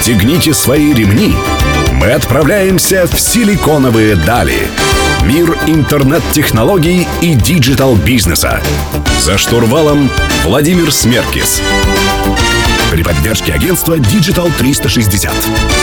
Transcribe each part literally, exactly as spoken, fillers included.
Расстегните свои ремни. Мы отправляемся в силиконовые дали. Мир интернет-технологий и диджитал-бизнеса. За штурвалом Владимир Смеркис. При поддержке агентства Digital триста шестьдесят.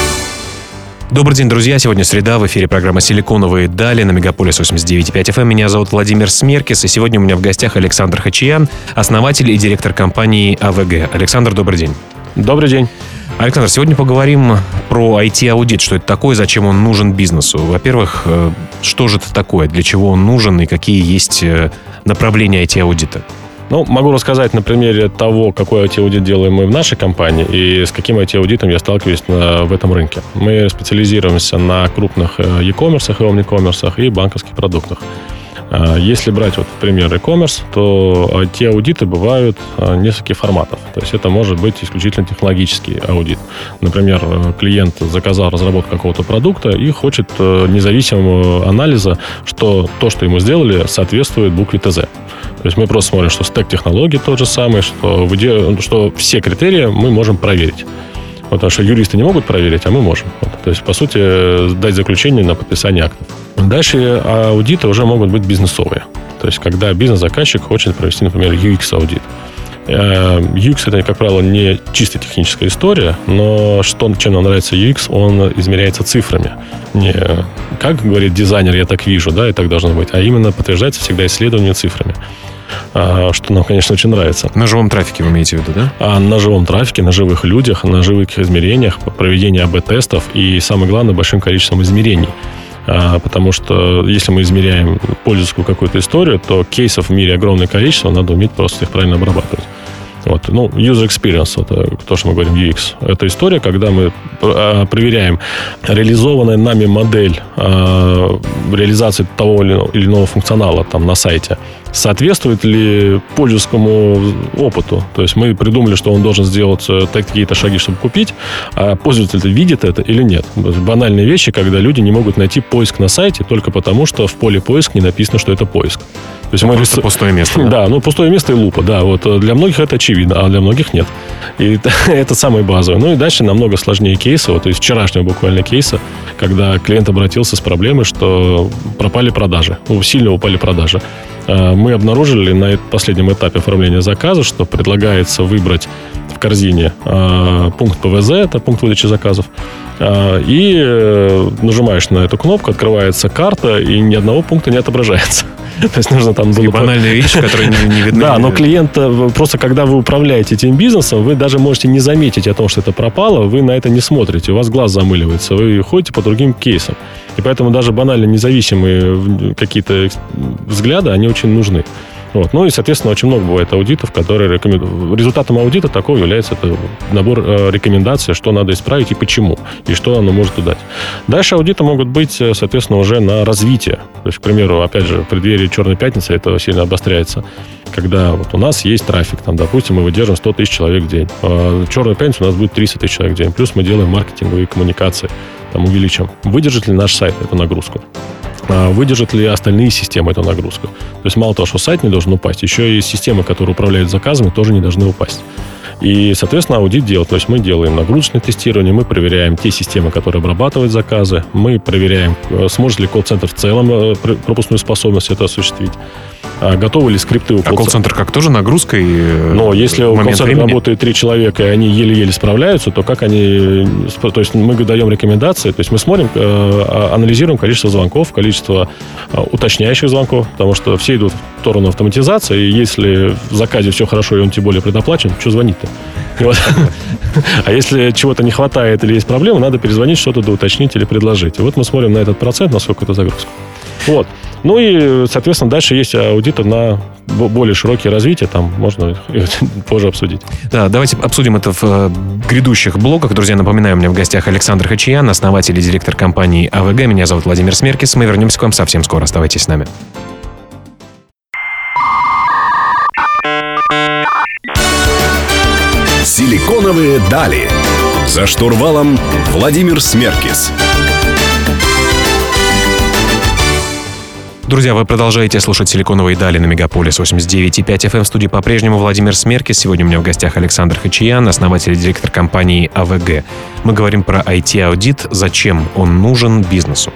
Добрый день, друзья. Сегодня среда. В эфире программа «Силиконовые дали» на Мегаполис восемьдесят девять и пять эф эм. Меня зовут Владимир Смеркис. И сегодня у меня в гостях Александр Хачиян, основатель и директор компании а вэ гэ. Александр, добрый день. Добрый день. Александр, сегодня поговорим про ай ти-аудит. Что это такое, зачем он нужен бизнесу? Во-первых, что же это такое, для чего он нужен и какие есть направления ай ти-аудита? Ну, могу рассказать на примере того, какой ай ти-аудит делаем мы в нашей компании и с каким ай ти-аудитом я сталкиваюсь на, в этом рынке. Мы специализируемся на крупных e-commerce и omni-commerce и банковских продуктах. Если брать, вот, например, e-commerce, то ай ти-аудиты бывают нескольких форматов. То есть это может быть исключительно технологический аудит. Например, клиент заказал разработку какого-то продукта и хочет независимого анализа, что то, что ему сделали, соответствует букве тэ зэ. То есть мы просто смотрим, что стек технологий тот же самый, что, что все критерии мы можем проверить. Потому что юристы не могут проверить, а мы можем. Вот. То есть, по сути, дать заключение на подписание актов. Дальше аудиты уже могут быть бизнесовые. То есть, когда бизнес-заказчик хочет провести, например, ю экс-аудит. ю экс – это, как правило, не чисто техническая история, но что, чем нам нравится ю экс, он измеряется цифрами. Не как говорит дизайнер, я так вижу, да, и так должно быть, а именно подтверждается всегда исследование цифрами. Что нам, конечно, очень нравится. На живом трафике вы имеете в виду, да? А на живом трафике, на живых людях, на живых измерениях, проведение эй би тестов и, самое главное, большим количеством измерений. Потому что если мы измеряем пользовательскую какую-то историю, то кейсов в мире огромное количество, надо уметь просто их правильно обрабатывать. Вот. Ну, user experience, это то, что мы говорим ю экс. Это история, когда мы проверяем реализованная нами модель реализации того или иного функционала там, на сайте, соответствует ли пользовательскому опыту. То есть мы придумали, что он должен сделать какие-то шаги, чтобы купить, а пользователь видит это или нет. Банальные вещи, когда люди не могут найти поиск на сайте только потому, что в поле поиск не написано, что это поиск. То есть мы просто рис... пустое место. Да? да, ну пустое место и лупа, да. Вот для многих это очевидно, а для многих нет. И это самое базовое. Ну и дальше намного сложнее кейсы. Вот из вчерашнего буквально кейса, когда клиент обратился с проблемой, что пропали продажи, ну, сильно упали продажи. Мы обнаружили на последнем этапе оформления заказа, что предлагается выбрать в корзине пункт пэ вэ зэ, это пункт выдачи заказов, и нажимаешь на эту кнопку, открывается карта, и ни одного пункта не отображается. То есть нужно там было... банальные вещи, которые не, не видны. Да, но клиент, просто когда вы управляете этим бизнесом, вы даже можете не заметить о том, что это пропало, вы на это не смотрите, у вас глаз замыливается, вы ходите по другим кейсам. И поэтому даже банально независимые какие-то взгляды, они очень нужны. Вот. Ну и, соответственно, очень много бывает аудитов, которые рекомендуют. Результатом аудита такого является это набор э, рекомендаций, что надо исправить и почему, и что оно может дать. Дальше аудиты могут быть, соответственно, уже на развитие. То есть, к примеру, опять же, в преддверии Черной пятницы это сильно обостряется. Когда вот у нас есть трафик, там, допустим, мы выдержим сто тысяч человек в день. А в Черную пятницу у нас будет триста тысяч человек в день. Плюс мы делаем маркетинговые коммуникации, там, увеличим. Выдержит ли наш сайт эту нагрузку? Выдержат ли остальные системы эту нагрузку? То есть мало того, что сайт не должен упасть, еще и системы, которые управляют заказами, тоже не должны упасть. И, соответственно, аудит делать. То есть мы делаем нагрузочное тестирование, мы проверяем те системы, которые обрабатывают заказы, мы проверяем, сможет ли колл-центр в целом пропускную способность это осуществить. Готовы ли скрипты у колл-центра? А колл-центр как тоже нагрузкой? Но если у колл-центра работает три человека, и они еле-еле справляются, то как они... То есть мы даем рекомендации, то есть мы смотрим, анализируем количество звонков, количество уточняющих звонков, потому что все идут в сторону автоматизации, и если в заказе все хорошо, и он тем более предоплачен, что звонить-то? Вот. А если чего-то не хватает или есть проблемы, надо перезвонить, что-то доуточнить или предложить. И вот мы смотрим на этот процент, насколько это загрузка. Вот. Ну и, соответственно, дальше есть аудиты на более широкие развития, там можно позже обсудить. Да, давайте обсудим это в грядущих блоках. Друзья, напоминаю, у меня в гостях Александр Хачиян, основатель и директор компании а вэ гэ. Меня зовут Владимир Смеркис. Мы вернемся к вам совсем скоро. Оставайтесь с нами. Силиконовые дали. За штурвалом Владимир Смеркис. Друзья, вы продолжаете слушать «Силиконовые дали» на Мегаполис восемьдесят девять и пять эф эм. В студии по-прежнему Владимир Смеркис. Сегодня у меня в гостях Александр Хачиян, основатель и директор компании а вэ гэ. Мы говорим про ай ти-аудит, зачем он нужен бизнесу.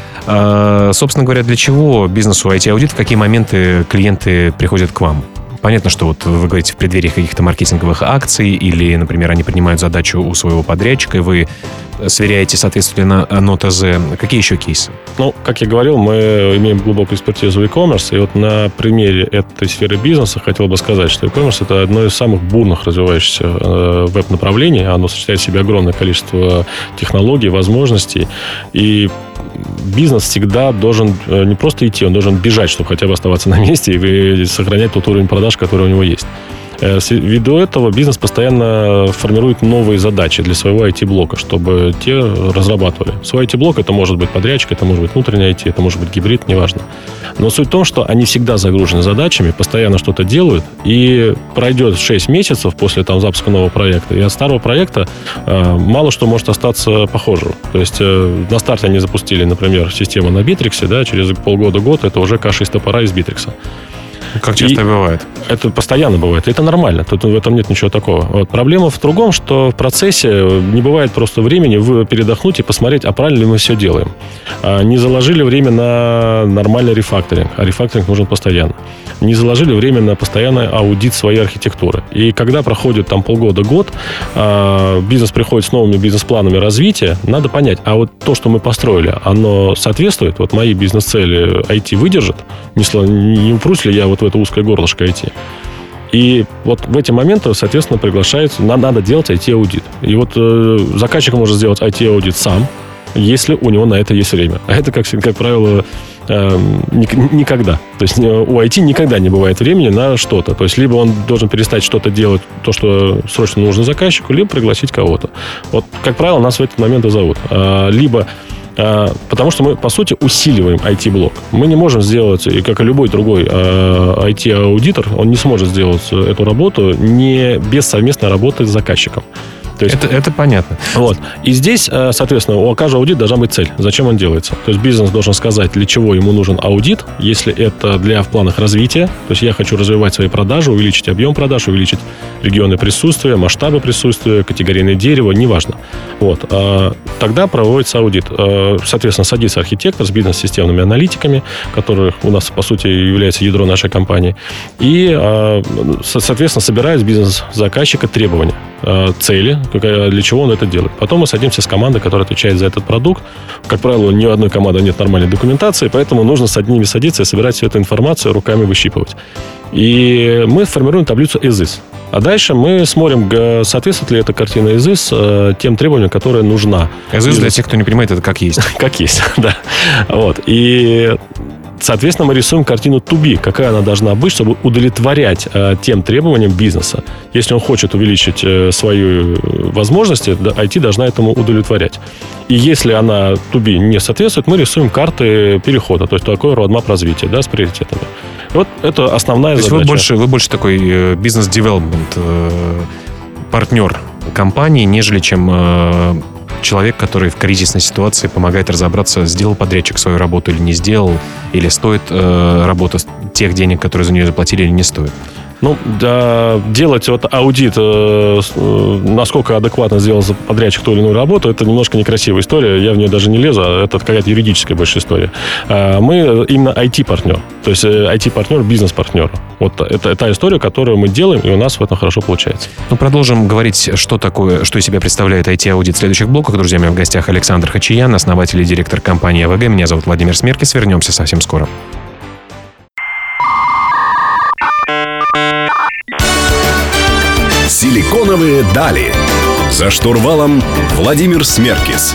А, собственно говоря, для чего бизнесу ай ти-аудит, в какие моменты клиенты приходят к вам? Понятно, что вот вы говорите в преддверии каких-то маркетинговых акций или, например, они принимают задачу у своего подрядчика, и вы сверяете, соответственно, эн о тэ зэ. Какие еще кейсы? Ну, как я говорил, мы имеем глубокую экспертизу в e-commerce, и вот на примере этой сферы бизнеса хотел бы сказать, что e-commerce — это одно из самых бурных развивающихся веб-направлений. Оно сочетает в себе огромное количество технологий, возможностей, и бизнес всегда должен не просто идти, он должен бежать, чтобы хотя бы оставаться на месте и сохранять тот уровень продаж, который у него есть. Ввиду этого бизнес постоянно формирует новые задачи для своего ай ти-блока, чтобы те разрабатывали. Свой ай ти-блок — это может быть подрядчик, это может быть внутренний ай ти, это может быть гибрид, неважно. Но суть в том, что они всегда загружены задачами, постоянно что-то делают, и пройдет шесть месяцев после там, запуска нового проекта, и от старого проекта э, мало что может остаться похожего. То есть э, на старте они запустили, например, систему на Битриксе, да, через полгода-год это уже каша из топора из Битрикса. Как часто и бывает? Это постоянно бывает. Это нормально. Тут в этом нет ничего такого. Вот. Проблема в другом, что в процессе не бывает просто времени передохнуть и посмотреть, а правильно ли мы все делаем. Не заложили время на нормальный рефакторинг, а рефакторинг нужен постоянно. Не заложили время на постоянный аудит своей архитектуры. И когда проходит там полгода-год, бизнес приходит с новыми бизнес-планами развития, надо понять, а вот то, что мы построили, оно соответствует? Вот мои бизнес-цели ай ти выдержит? Не, не упрусь ли я вот в это узкое горлышко ай ти? И вот в эти моменты, соответственно, приглашается, надо делать ай ти-аудит. И вот э, заказчик может сделать ай ти-аудит сам, если у него на это есть время. А это, как, как правило, э, никогда. То есть у ай ти никогда не бывает времени на что-то. То есть либо он должен перестать что-то делать, то, что срочно нужно заказчику, либо пригласить кого-то. Вот, как правило, нас в этот момент и зовут. А, либо потому что мы, по сути, усиливаем ай ти-блок. Мы не можем сделать, и как и любой другой ай ти-аудитор, он не сможет сделать эту работу не без совместной работы с заказчиком. То есть, это, это понятно. Вот. И здесь, соответственно, у каждого аудита должна быть цель. Зачем он делается? То есть бизнес должен сказать, для чего ему нужен аудит. Если это для в планах развития, то есть я хочу развивать свои продажи, увеличить объем продаж, увеличить регионы присутствия, масштабы присутствия, категорийное дерево, неважно. Вот. Тогда проводится аудит. Соответственно, садится архитектор с бизнес-системными аналитиками, которых у нас, по сути, является ядро нашей компании. И, соответственно, собирает с бизнес-заказчика требования, цели, для чего он это делает. Потом мы садимся с командой, которая отвечает за этот продукт. Как правило, ни у одной команды нет нормальной документации, поэтому нужно с одними садиться и собирать всю эту информацию, руками выщипывать. И мы формируем таблицу as is. А дальше мы смотрим, соответствует ли эта картина as is тем требованиям, которые нужна. as is, для тех, кто не понимает, это как есть. Как есть, да. Вот. И соответственно, мы рисуем картину to be, какая она должна быть, чтобы удовлетворять э, тем требованиям бизнеса. Если он хочет увеличить э, свои возможности, да, ай ти должна этому удовлетворять. И если она to be не соответствует, мы рисуем карты перехода, то есть такой roadmap развития, да, с приоритетами. И вот это основная то задача. То есть вы больше, вы больше такой бизнес-девелопмент э, партнер компании, нежели чем э, человек, который в кризисной ситуации помогает разобраться, сделал подрядчик свою работу или не сделал, или стоит э, работа тех денег, которые за нее заплатили, или не стоит. Ну, да, делать вот аудит, э, насколько адекватно сделал подрядчик ту или иную работу, это немножко некрасивая история, я в нее даже не лезу, это какая-то юридическая больше история. А мы именно ай ти-партнер, то есть ай ти-партнер, бизнес-партнер. Вот это, это та история, которую мы делаем, и у нас в этом хорошо получается. Ну, продолжим говорить, что такое, что из себя представляет ай ти-аудит в следующих блоках. Друзья, у меня в гостях Александр Хачиян, основатель и директор компании а вэ гэ. Меня зовут Владимир Смеркис. Вернемся совсем скоро. Силиконовые дали. За штурвалом Владимир Смеркис.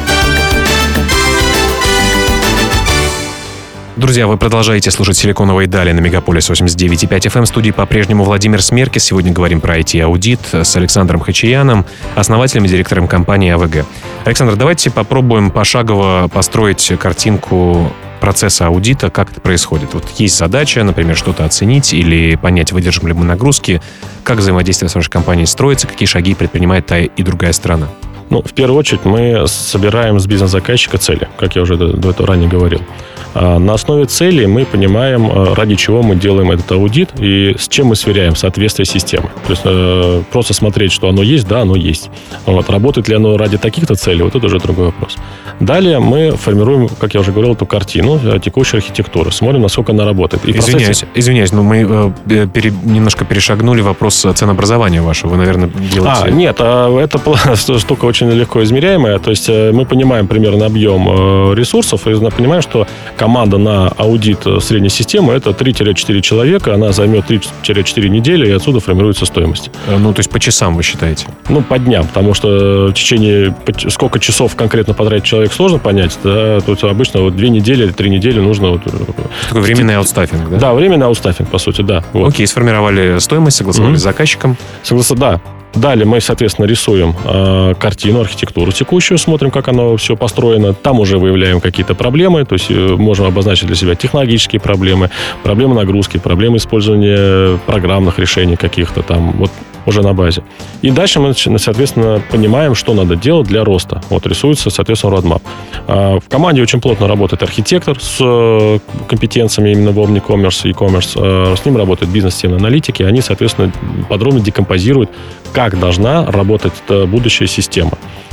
Друзья, вы продолжаете слушать «Силиконовые дали» на Мегаполис восемьдесят девять и пять эф эм. В студии по-прежнему Владимир Смеркис. Сегодня говорим про ай ти-аудит с Александром Хачияном, основателем и директором компании а вэ гэ. Александр, давайте попробуем пошагово построить картинку процесса аудита, как это происходит. Вот есть задача, например, что-то оценить или понять, выдержим ли мы нагрузки, как взаимодействие с вашей компанией строится, какие шаги предпринимает та и другая сторона. Ну, в первую очередь мы собираем с бизнес-заказчика цели, как я уже до, до этого ранее говорил. На основе целей мы понимаем, ради чего мы делаем этот аудит и с чем мы сверяем соответствие системы. То есть просто смотреть, что оно есть, да, оно есть. Вот. Работает ли оно ради таких-то целей, вот это уже другой вопрос. Далее мы формируем, как я уже говорил, эту картину текущей архитектуры, смотрим, насколько она работает. И извиняюсь, процессе... извиняюсь, но мы э, пере, немножко перешагнули вопрос ценообразования вашего. Вы, наверное, делаете... А, нет, это штука очень легко измеряемая. То есть мы понимаем примерно объем ресурсов и понимаем, что команда на аудит средней системы это три-четыре человека, она займет три-четыре недели, и отсюда формируется стоимость. Ну, то есть по часам вы считаете? Ну, по дням, потому что в течение сколько часов конкретно потратит человек, сложно понять. Да? Тут обычно вот две недели или три недели нужно... Вот, такой временный аутстаффинг, да? Да, временный аутстаффинг, по сути, да. Вот. Окей, сформировали стоимость, согласовали mm-hmm. с заказчиком. Соглас... Да. Далее мы, соответственно, рисуем э, картину, архитектуру текущую, смотрим, как оно все построено. Там уже выявляем какие-то проблемы, то есть э, можем обозначить для себя технологические проблемы, проблемы нагрузки, проблемы использования программных решений каких-то там, вот уже на базе. И дальше мы, соответственно, понимаем, что надо делать для роста. Вот рисуется, соответственно, roadmap. А в команде очень плотно работает архитектор с компетенциями именно в Omnicommerce и e-commerce. А с ним работают бизнес-системные аналитики. Они, соответственно, подробно декомпозируют, как должна работать будущая система.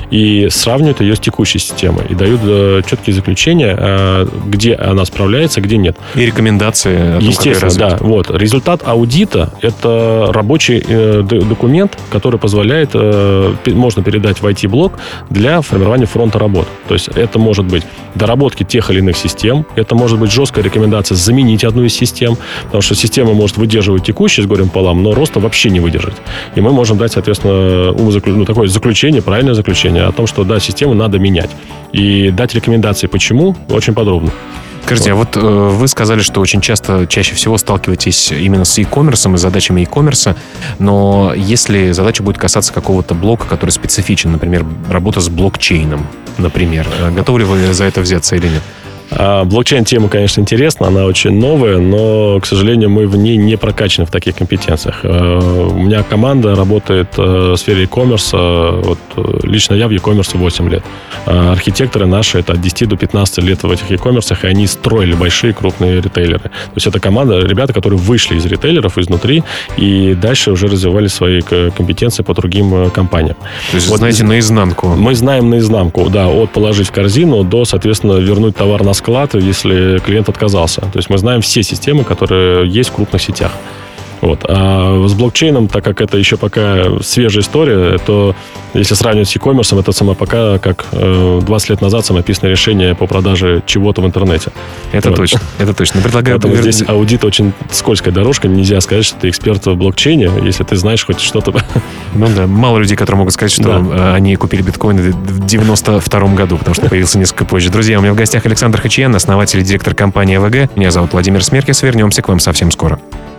И сравнивают ее с текущей системой. И дают э, четкие заключения, э, где она справляется, где нет. И рекомендации. Естественно, да. Вот. Результат аудита – это рабочий э, документ, который позволяет, э, можно передать в ай ти-блок для формирования фронта работ. То есть это может быть доработки тех или иных систем, это может быть жесткая рекомендация заменить одну из систем, потому что система может выдерживать текущие с горем пополам, но роста вообще не выдержит. И мы можем дать, соответственно, ну, такое заключение, правильное заключение о том, что да, систему надо менять. И дать рекомендации, почему, очень подробно. Скажите, вот. а вот э, вы сказали, что очень часто, чаще всего сталкиваетесь именно с e-commerce и задачами e-commerce, но если задача будет касаться какого-то блока, который специфичен, например, работа с блокчейном, например, готовы ли вы за это взяться или нет? А, блокчейн-тема, конечно, интересна, она очень новая, но, к сожалению, мы в ней не прокачаны в таких компетенциях. А, у меня команда работает а, в сфере e-commerce, а, вот, лично я в e-commerce восемь лет. А, архитекторы наши это от десяти до пятнадцати лет в этих e-commerce, и они строили большие крупные ритейлеры. То есть это команда, ребята, которые вышли из ритейлеров изнутри и дальше уже развивали свои компетенции по другим компаниям. То есть вот, знаете наизнанку? Мы знаем наизнанку, да, от положить в корзину до, соответственно, вернуть товар на склад, если клиент отказался. То есть мы знаем все системы, которые есть в крупных сетях. Вот. А с блокчейном, так как это еще пока свежая история, то если сравнивать с e-commerce, это само пока как двадцать лет назад самописное решение по продаже чего-то в интернете. Это вот. точно, это точно. Предлагаю... Поэтому здесь аудит очень скользкая дорожка. Нельзя сказать, что ты эксперт в блокчейне, если ты знаешь хоть что-то. Ну да, мало людей, которые могут сказать, что да. они купили биткоины в девяносто втором году, потому что появился несколько позже. Друзья, у меня в гостях Александр Хачиян, основатель и директор компании эй ви джи. Меня зовут Владимир Смеркис. Вернемся к вам совсем скоро.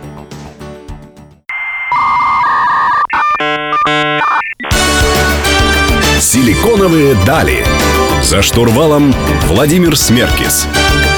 Силиконовые дали. За штурвалом Владимир Смеркис.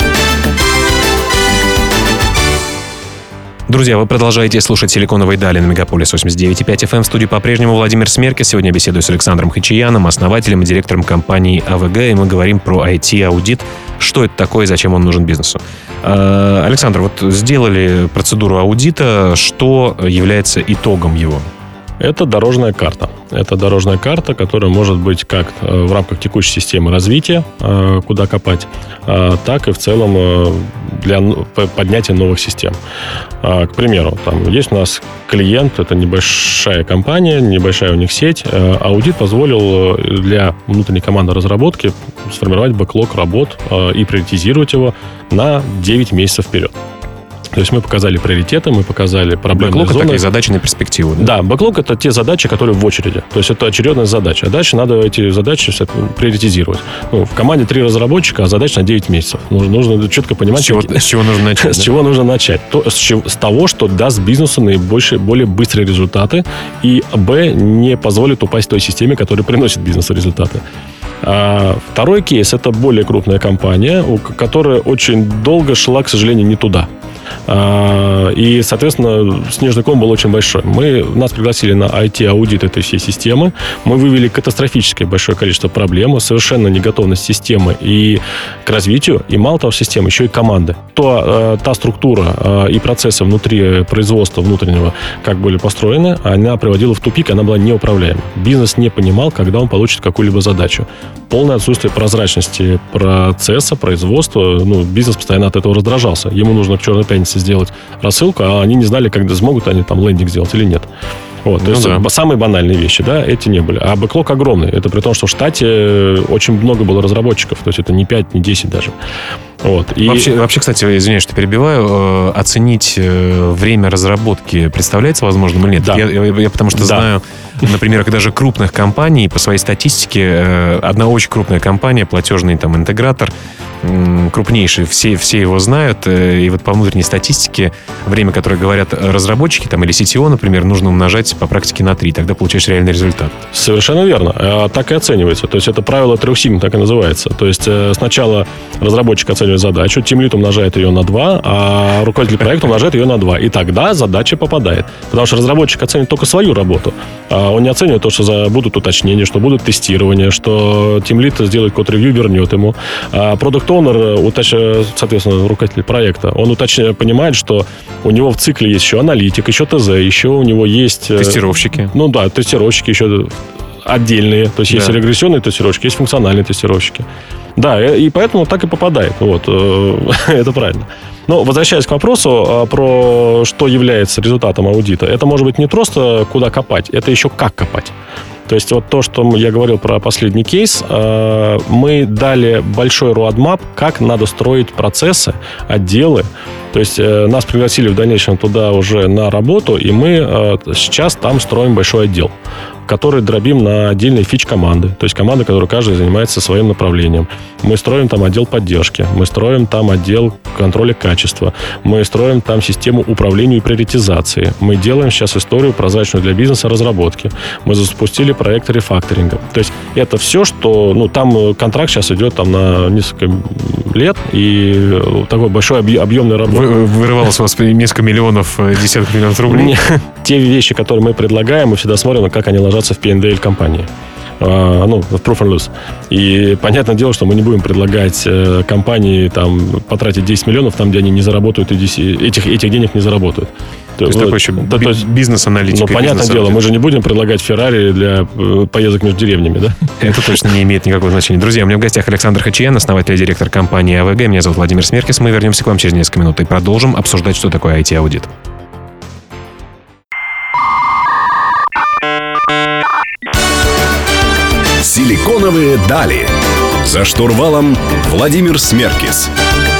Друзья, вы продолжаете слушать «Силиконовые дали» на Мегаполис восемьдесят девять и пять эф эм. В студии по-прежнему Владимир Смеркис. Сегодня я беседую с Александром Хачияном, основателем и директором компании эй ви джи, и мы говорим про ай ти-аудит. Что это такое и зачем он нужен бизнесу? Александр, вот сделали процедуру аудита. Что является итогом его? Это дорожная карта. Это дорожная карта, которая может быть как в рамках текущей системы развития, куда копать, так и в целом для поднятия новых систем. К примеру, там есть у нас клиент, это небольшая компания, небольшая у них сеть. Аудит позволил для внутренней команды разработки сформировать бэклог работ и приоритизировать его на девять месяцев вперед. То есть мы показали приоритеты, мы показали проблемные бэклог зоны. Бэклог — это такие задачи на перспективу, да? Да, бэклог — это те задачи, которые в очереди. То есть это очередность задач. А дальше надо эти задачи приоритизировать. Ну, в команде три разработчика, а задач на девять месяцев. Нужно, нужно четко понимать... С чего, какие... с чего нужно начать? С чего нужно начать? То, с, чего, с того, что даст бизнесу наибольшие, более быстрые результаты, и, б, не позволит упасть той системе, которая приносит бизнесу результаты. А второй кейс — это более крупная компания, которая очень долго шла, к сожалению, не туда. И, соответственно, снежный ком был очень большой. Мы, нас пригласили на ай ти-аудит этой всей системы. Мы вывели катастрофическое большое количество проблем, совершенно неготовность системы и к развитию, и мало того, системы, еще и команды. То, та структура и процессы внутри производства внутреннего, как были построены, она приводила в тупик, она была неуправляема. Бизнес не понимал, когда он получит какую-либо задачу. Полное отсутствие прозрачности процесса, производства. Ну, бизнес постоянно от этого раздражался. Ему нужно к Черной пятнице сделать рассылку, а они не знали, когда смогут они там лендинг сделать или нет. Вот, то ну есть да. Самые банальные вещи, да, эти не были. А бэклог огромный. Это при том, что в штате очень много было разработчиков. То есть это не пять, не десять даже. Вот. И... Вообще, вообще, кстати, извиняюсь, что перебиваю, э, оценить э, время разработки представляется возможным или нет? Да. Я, я, я потому что да. знаю, на примерах даже крупных компаний, по своей статистике, э, одна очень крупная компания, платежный там интегратор, э, крупнейший, все, все его знают, э, и вот по внутренней статистике время, которое говорят разработчики там, или си ти о, например, нужно умножать по практике на три, тогда получаешь реальный результат. Совершенно верно. А, так и оценивается. То есть это правило трех сигм, так и называется. То есть э, сначала разработчик оценивает задачу, тимлид умножает ее на два, а руководитель проекта умножает ее на два. И тогда задача попадает. Потому что разработчик оценит только свою работу. А он не оценивает то, что за, будут уточнения, что будут тестирования, что тимлид сделает код-ревью, вернет ему. А продукт-оунер, уточ... соответственно, руководитель проекта, он уточ... понимает, что у него в цикле есть еще аналитик, еще ТЗ, еще у него есть... Тестировщики. Ну да, тестировщики еще отдельные. То есть да. есть регрессионные тестировщики, есть функциональные тестировщики. Да, и поэтому так и попадает. Вот, это правильно. Но возвращаясь к вопросу про что является результатом аудита, это может быть не просто куда копать, это еще как копать. То есть вот то, что я говорил про последний кейс, мы дали большой roadmap, как надо строить процессы, отделы. То есть нас пригласили в дальнейшем туда уже на работу, и мы сейчас там строим большой отдел, который дробим на отдельные фич-команды. То есть команды, которые каждый занимается своим направлением. Мы строим там отдел поддержки, мы строим там отдел контроля качества, мы строим там систему управления и приоритизации. Мы делаем сейчас историю прозрачную для бизнеса разработки. Мы запустили проект рефакторинга. То есть это все, что... Ну, там контракт сейчас идет там на несколько лет, и такой большой объемный работы. Вы, вырывалось у вас несколько миллионов, десятков миллионов рублей? Те вещи, которые мы предлагаем, мы всегда смотрим, как они ложатся в пи энд эл компании. Uh, ну, в Proof and Lose. И понятное дело, что мы не будем предлагать э, компании там, потратить десять миллионов там, где они не заработают, и десять, этих, этих денег не заработают. То есть вот, такой еще да, би- бизнес-аналитика. Ну, понятное бизнес дело, мы же не будем предлагать Феррари для э, поездок между деревнями, да? Это точно не имеет никакого значения. Друзья, у меня в гостях Александр Хачиян, основатель и директор компании эй ви джи. Меня зовут Владимир Смеркис. Мы вернемся к вам через несколько минут и продолжим обсуждать, что такое ай ти-аудит. Силиконовые дали. За штурвалом Владимир Смеркис.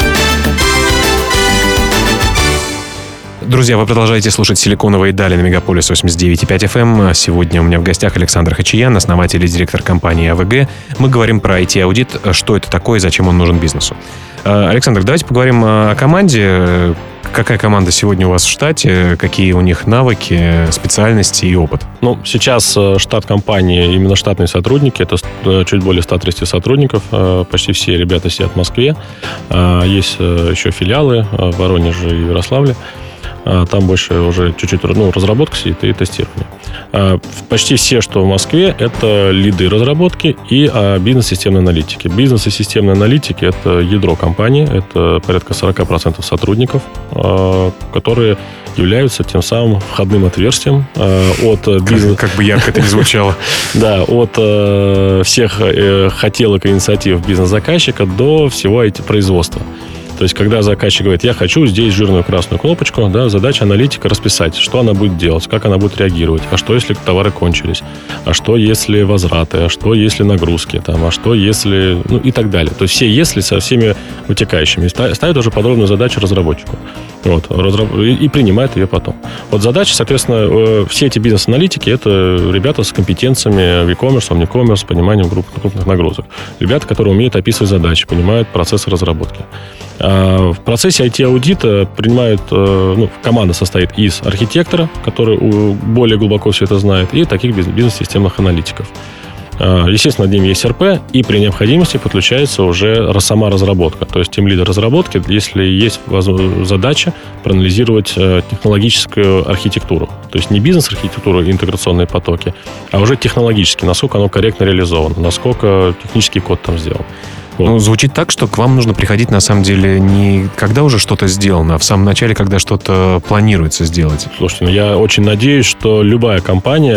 Друзья, вы продолжаете слушать «Силиконовые дали» на Мегаполис восемьдесят девять и пять эф эм. Сегодня у меня в гостях Александр Хачиян, основатель и директор компании эй ви джи. Мы говорим про ай ти-аудит, что это такое, зачем он нужен бизнесу. Александр, давайте поговорим о команде. Какая команда сегодня у вас в штате? Какие у них навыки, специальности и опыт? Ну, сейчас штат компании, именно штатные сотрудники, это чуть более сто тридцать сотрудников. Почти все ребята сидят в Москве. Есть еще филиалы в Воронеже и Ярославле. Там больше уже чуть-чуть ну, разработка сидит и тестирование. Почти все, что в Москве, это лиды разработки и бизнес-системной аналитики. Бизнес и системной аналитики – это ядро компании, это порядка сорок процентов сотрудников, которые являются тем самым входным отверстием от бизнеса. Как, как бы ярко это ни звучало. Да, от всех хотелок и инициатив бизнес-заказчика до всего ай ти-производства. То есть, когда заказчик говорит, я хочу здесь жирную красную кнопочку, да, задача аналитика расписать, что она будет делать, как она будет реагировать, а что, если товары кончились, а что, если возвраты, а что, если нагрузки, там, а что, если... Ну, и так далее. То есть, все «если» со всеми вытекающими. Ставит уже подробную задачу разработчику. Вот, и принимает ее потом. Вот задача, соответственно, все эти бизнес-аналитики, это ребята с компетенциями в e-commerce, omni-commerce, пониманием крупных нагрузок. Ребята, которые умеют описывать задачи, понимают процессы разработки. В процессе ай ти-аудита принимают, ну, команда состоит из архитектора, который более глубоко все это знает, и таких бизнес-системных аналитиков. Естественно, над ним есть эр пи, и при необходимости подключается уже сама разработка. То есть тимлидер разработки, если есть задача проанализировать технологическую архитектуру. То есть не бизнес-архитектуру и интеграционные потоки, а уже технологически, насколько оно корректно реализовано, насколько технический код там сделан. Ну, звучит так, что к вам нужно приходить, на самом деле, не когда уже что-то сделано, а в самом начале, когда что-то планируется сделать. Слушайте, ну я очень надеюсь, что любая компания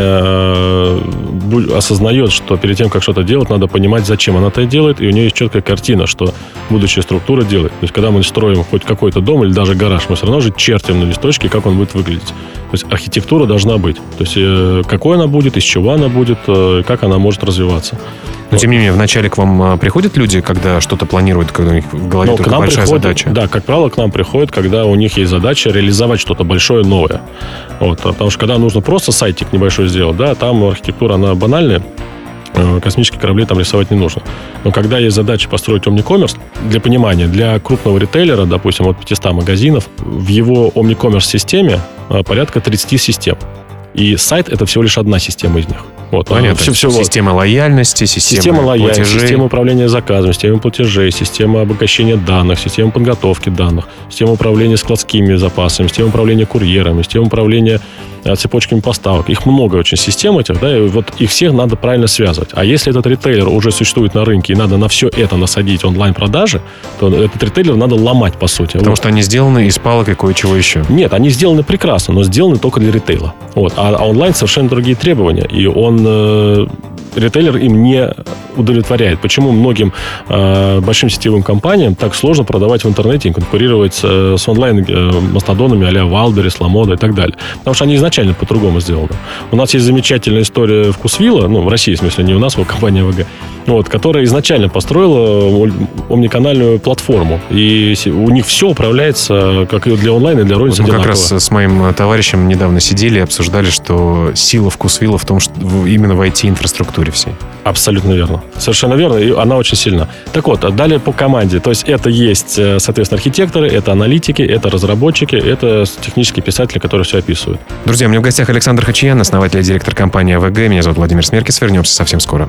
э, осознает, что перед тем, как что-то делать, надо понимать, зачем она это делает, и у нее есть четкая картина, что будущая структура делает. То есть, когда мы строим хоть какой-то дом или даже гараж, мы все равно же чертим на листочке, как он будет выглядеть. То есть, архитектура должна быть. То есть, э, какой она будет, из чего она будет, э, как она может развиваться. Но, тем не менее, вначале к вам приходят люди, когда что-то планируют, когда у них в голове Но только большая приходят, задача? Да, как правило, к нам приходят, когда у них есть задача реализовать что-то большое, новое. Вот, потому что когда нужно просто сайтик небольшой сделать, да, там архитектура, она банальная, космические корабли там рисовать не нужно. Но когда есть задача построить Omnicommerce, для понимания, для крупного ритейлера, допустим, от пятисот магазинов, в его Omnicommerce-системе порядка тридцать систем. И сайт — это всего лишь одна система из них. Вот, понятно. Все, все, система вот. лояльности, система, система лояльности, платежей. Система управления заказами, система платежей, система обогащения данных, система подготовки данных, система управления складскими запасами, система управления курьерами, система управления цепочками поставок. Их много очень систем этих, да, и вот их всех надо правильно связывать. А если этот ритейлер уже существует на рынке и надо на все это насадить онлайн-продажи, то этот ритейлер надо ломать, по сути. Потому вот. что они сделаны из палок и кое-чего еще. Нет, они сделаны прекрасно, но сделаны только для ритейла. Вот. А, а онлайн совершенно другие требования, и он... Э, ритейлер им не удовлетворяет. Почему многим э, большим сетевым компаниям так сложно продавать в интернете и конкурировать с, с онлайн-мастодонами а-ля Wildberries, Lamoda и так далее? Потому что они изначально по-другому сделаны. У нас есть замечательная история Вкусвилла, ну, в России, в смысле, не у нас, а компания ВГ, вот, которая изначально построила омниканальную платформу. И у них все управляется как и для онлайна, и для розницы. Мы одинаково. как раз с моим товарищем недавно сидели и обсуждали, что сила Вкусвилла в том, что именно в ай ти-инфраструктуре всей. Абсолютно верно. Совершенно верно, и она очень сильна. Так вот, далее по команде. То есть это есть, соответственно, архитекторы, это аналитики, это разработчики, это технические писатели, которые все описывают. Друзья, у меня в гостях Александр Хачиян, основатель и директор компании эй ви джи. Меня зовут Владимир Смеркис. Вернемся совсем скоро.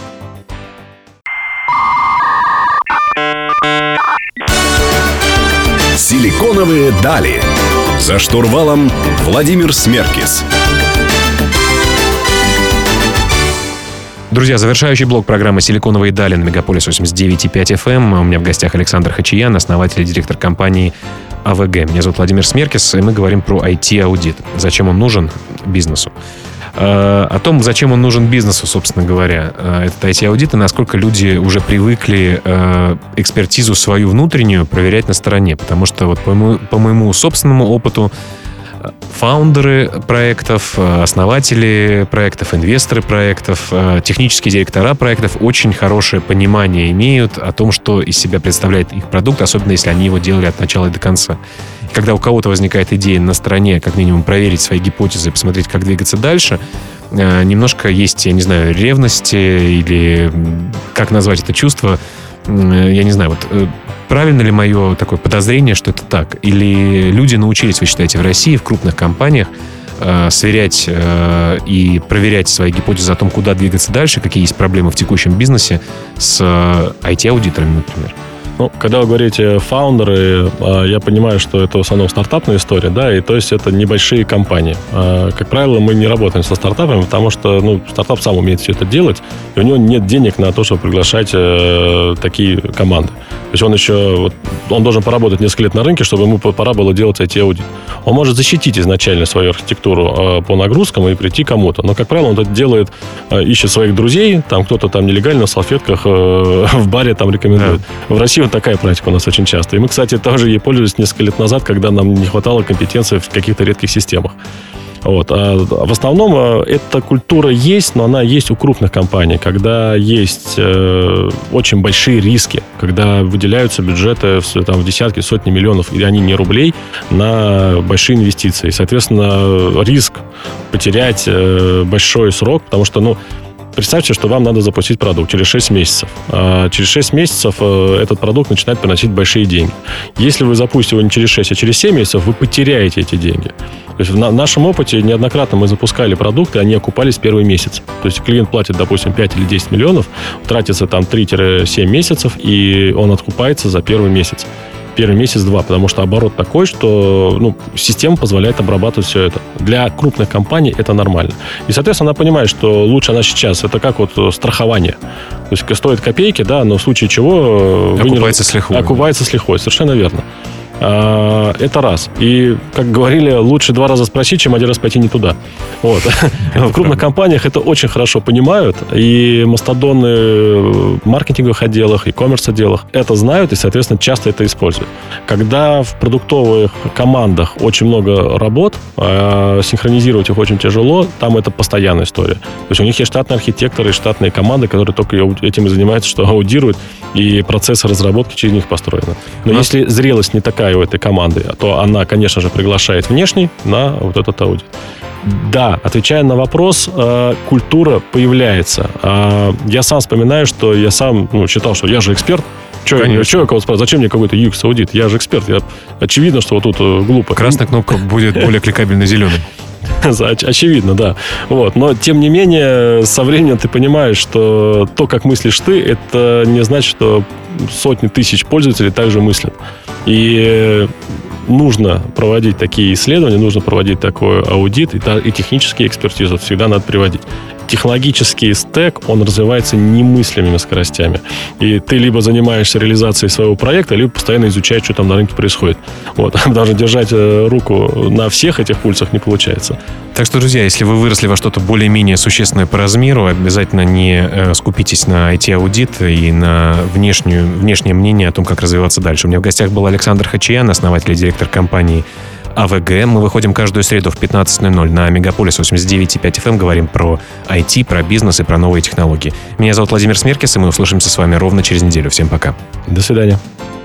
Силиконовые дали. За штурвалом Владимир Смеркис. Друзья, завершающий блок программы «Силиконовые дали» на Мегаполис восемьдесят девять и пять эф эм. У меня в гостях Александр Хачиян, основатель и директор компании эй ви джи. Меня зовут Владимир Смеркис, и мы говорим про ай ти-аудит. Зачем он нужен бизнесу? О том, зачем он нужен бизнесу, собственно говоря, этот ай ти-аудит, и насколько люди уже привыкли экспертизу свою внутреннюю проверять на стороне. Потому что вот по моему, по моему собственному опыту фаундеры проектов, основатели проектов, инвесторы проектов, технические директора проектов очень хорошее понимание имеют о том, что из себя представляет их продукт, особенно если они его делали от начала и до конца. И когда у кого-то возникает идея на стороне, как минимум, проверить свои гипотезы и посмотреть, как двигаться дальше, немножко есть, я не знаю, ревность или как назвать это чувство, я не знаю, вот правильно ли мое такое подозрение, что это так? Или люди научились, вы считаете, в России, в крупных компаниях э, сверять э, и проверять свои гипотезы о том, куда двигаться дальше, какие есть проблемы в текущем бизнесе с э, ай ти-аудиторами, например? Ну, когда вы говорите фаундеры, я понимаю, что это в основном стартапная история, да, и то есть это небольшие компании. Как правило, мы не работаем со стартапами, потому что, ну, стартап сам умеет все это делать, и у него нет денег на то, чтобы приглашать э, такие команды. То есть он еще, вот, он должен поработать несколько лет на рынке, чтобы ему пора было делать ай ти-аудит. Он может защитить изначально свою архитектуру э, по нагрузкам и прийти кому-то, но, как правило, он это делает, э, ищет своих друзей, там кто-то там нелегально в салфетках э, в баре там рекомендует. Да. В России вот такая практика у нас очень часто. И мы, кстати, тоже ей пользовались несколько лет назад, когда нам не хватало компетенции в каких-то редких системах. Вот. А в основном эта культура есть, но она есть у крупных компаний, когда есть э, очень большие риски, когда выделяются бюджеты в, там, в десятки, сотни миллионов, и они не рублей, на большие инвестиции. И, соответственно, риск потерять э, большой срок, потому что, ну, Представьте, что вам надо запустить продукт через шесть месяцев. А через шесть месяцев этот продукт начинает приносить большие деньги. Если вы запустите его не через шесть, а через семь месяцев, вы потеряете эти деньги. То есть в нашем опыте неоднократно мы запускали продукты, они окупались в первый месяц. То есть клиент платит, допустим, пять или десять миллионов, тратится там три-семь месяцев, и он откупается за первый месяц. Первый месяц-два, потому что оборот такой, что ну, система позволяет обрабатывать все это. Для крупных компаний это нормально. И, соответственно, она понимает, что лучше она сейчас, это как вот страхование. То есть стоит копейки, да, но в случае чего... Окупается с лихвой. Окупается с лихвой, совершенно верно. Это раз. И, как говорили, лучше два раза спросить, чем один раз пойти не туда. Вот. В крупных компаниях это очень хорошо понимают, и мастодоны в маркетинговых отделах, и коммерс-отделах это знают, и, соответственно, часто это используют. Когда в продуктовых командах очень много работ, синхронизировать их очень тяжело, там это постоянная история. То есть у них есть штатные архитекторы и штатные команды, которые только этим и занимаются, что аудируют, и процессы разработки через них построены. Но нас... если зрелость не такая у этой команды, то она, конечно же, приглашает внешний на вот этот аудит. Да, отвечая на вопрос, культура появляется. Я сам вспоминаю, что я сам ну, считал, что я же эксперт. Че, я кого спрашиваю, зачем мне какой-то ю экс-аудит? Я же эксперт. Я... Очевидно, что вот тут глупо. Красная кнопка будет более кликабельно зеленой. Очевидно, да. Вот. Но, тем не менее, со временем ты понимаешь, что то, как мыслишь ты, это не значит, что сотни тысяч пользователей также мыслят. И нужно проводить такие исследования, нужно проводить такой аудит, и, и технические экспертизы всегда надо приводить. Технологический стек, он развивается немыслимыми скоростями. И ты либо занимаешься реализацией своего проекта, либо постоянно изучаешь, что там на рынке происходит. Вот. Даже держать руку на всех этих пульсах не получается. Так что, друзья, если вы выросли во что-то более-менее существенное по размеру, обязательно не э, скупитесь на ай ти-аудит и на внешнюю, внешнее мнение о том, как развиваться дальше. У меня в гостях был Александр Хачиян, основатель и директор компании а вэ гэ. Мы выходим каждую среду в пятнадцать ноль ноль на Мегаполис восемьдесят девять и пять эф эм. Говорим про ай ти, про бизнес и про новые технологии. Меня зовут Владимир Смеркис, и мы услышимся с вами ровно через неделю. Всем пока. До свидания.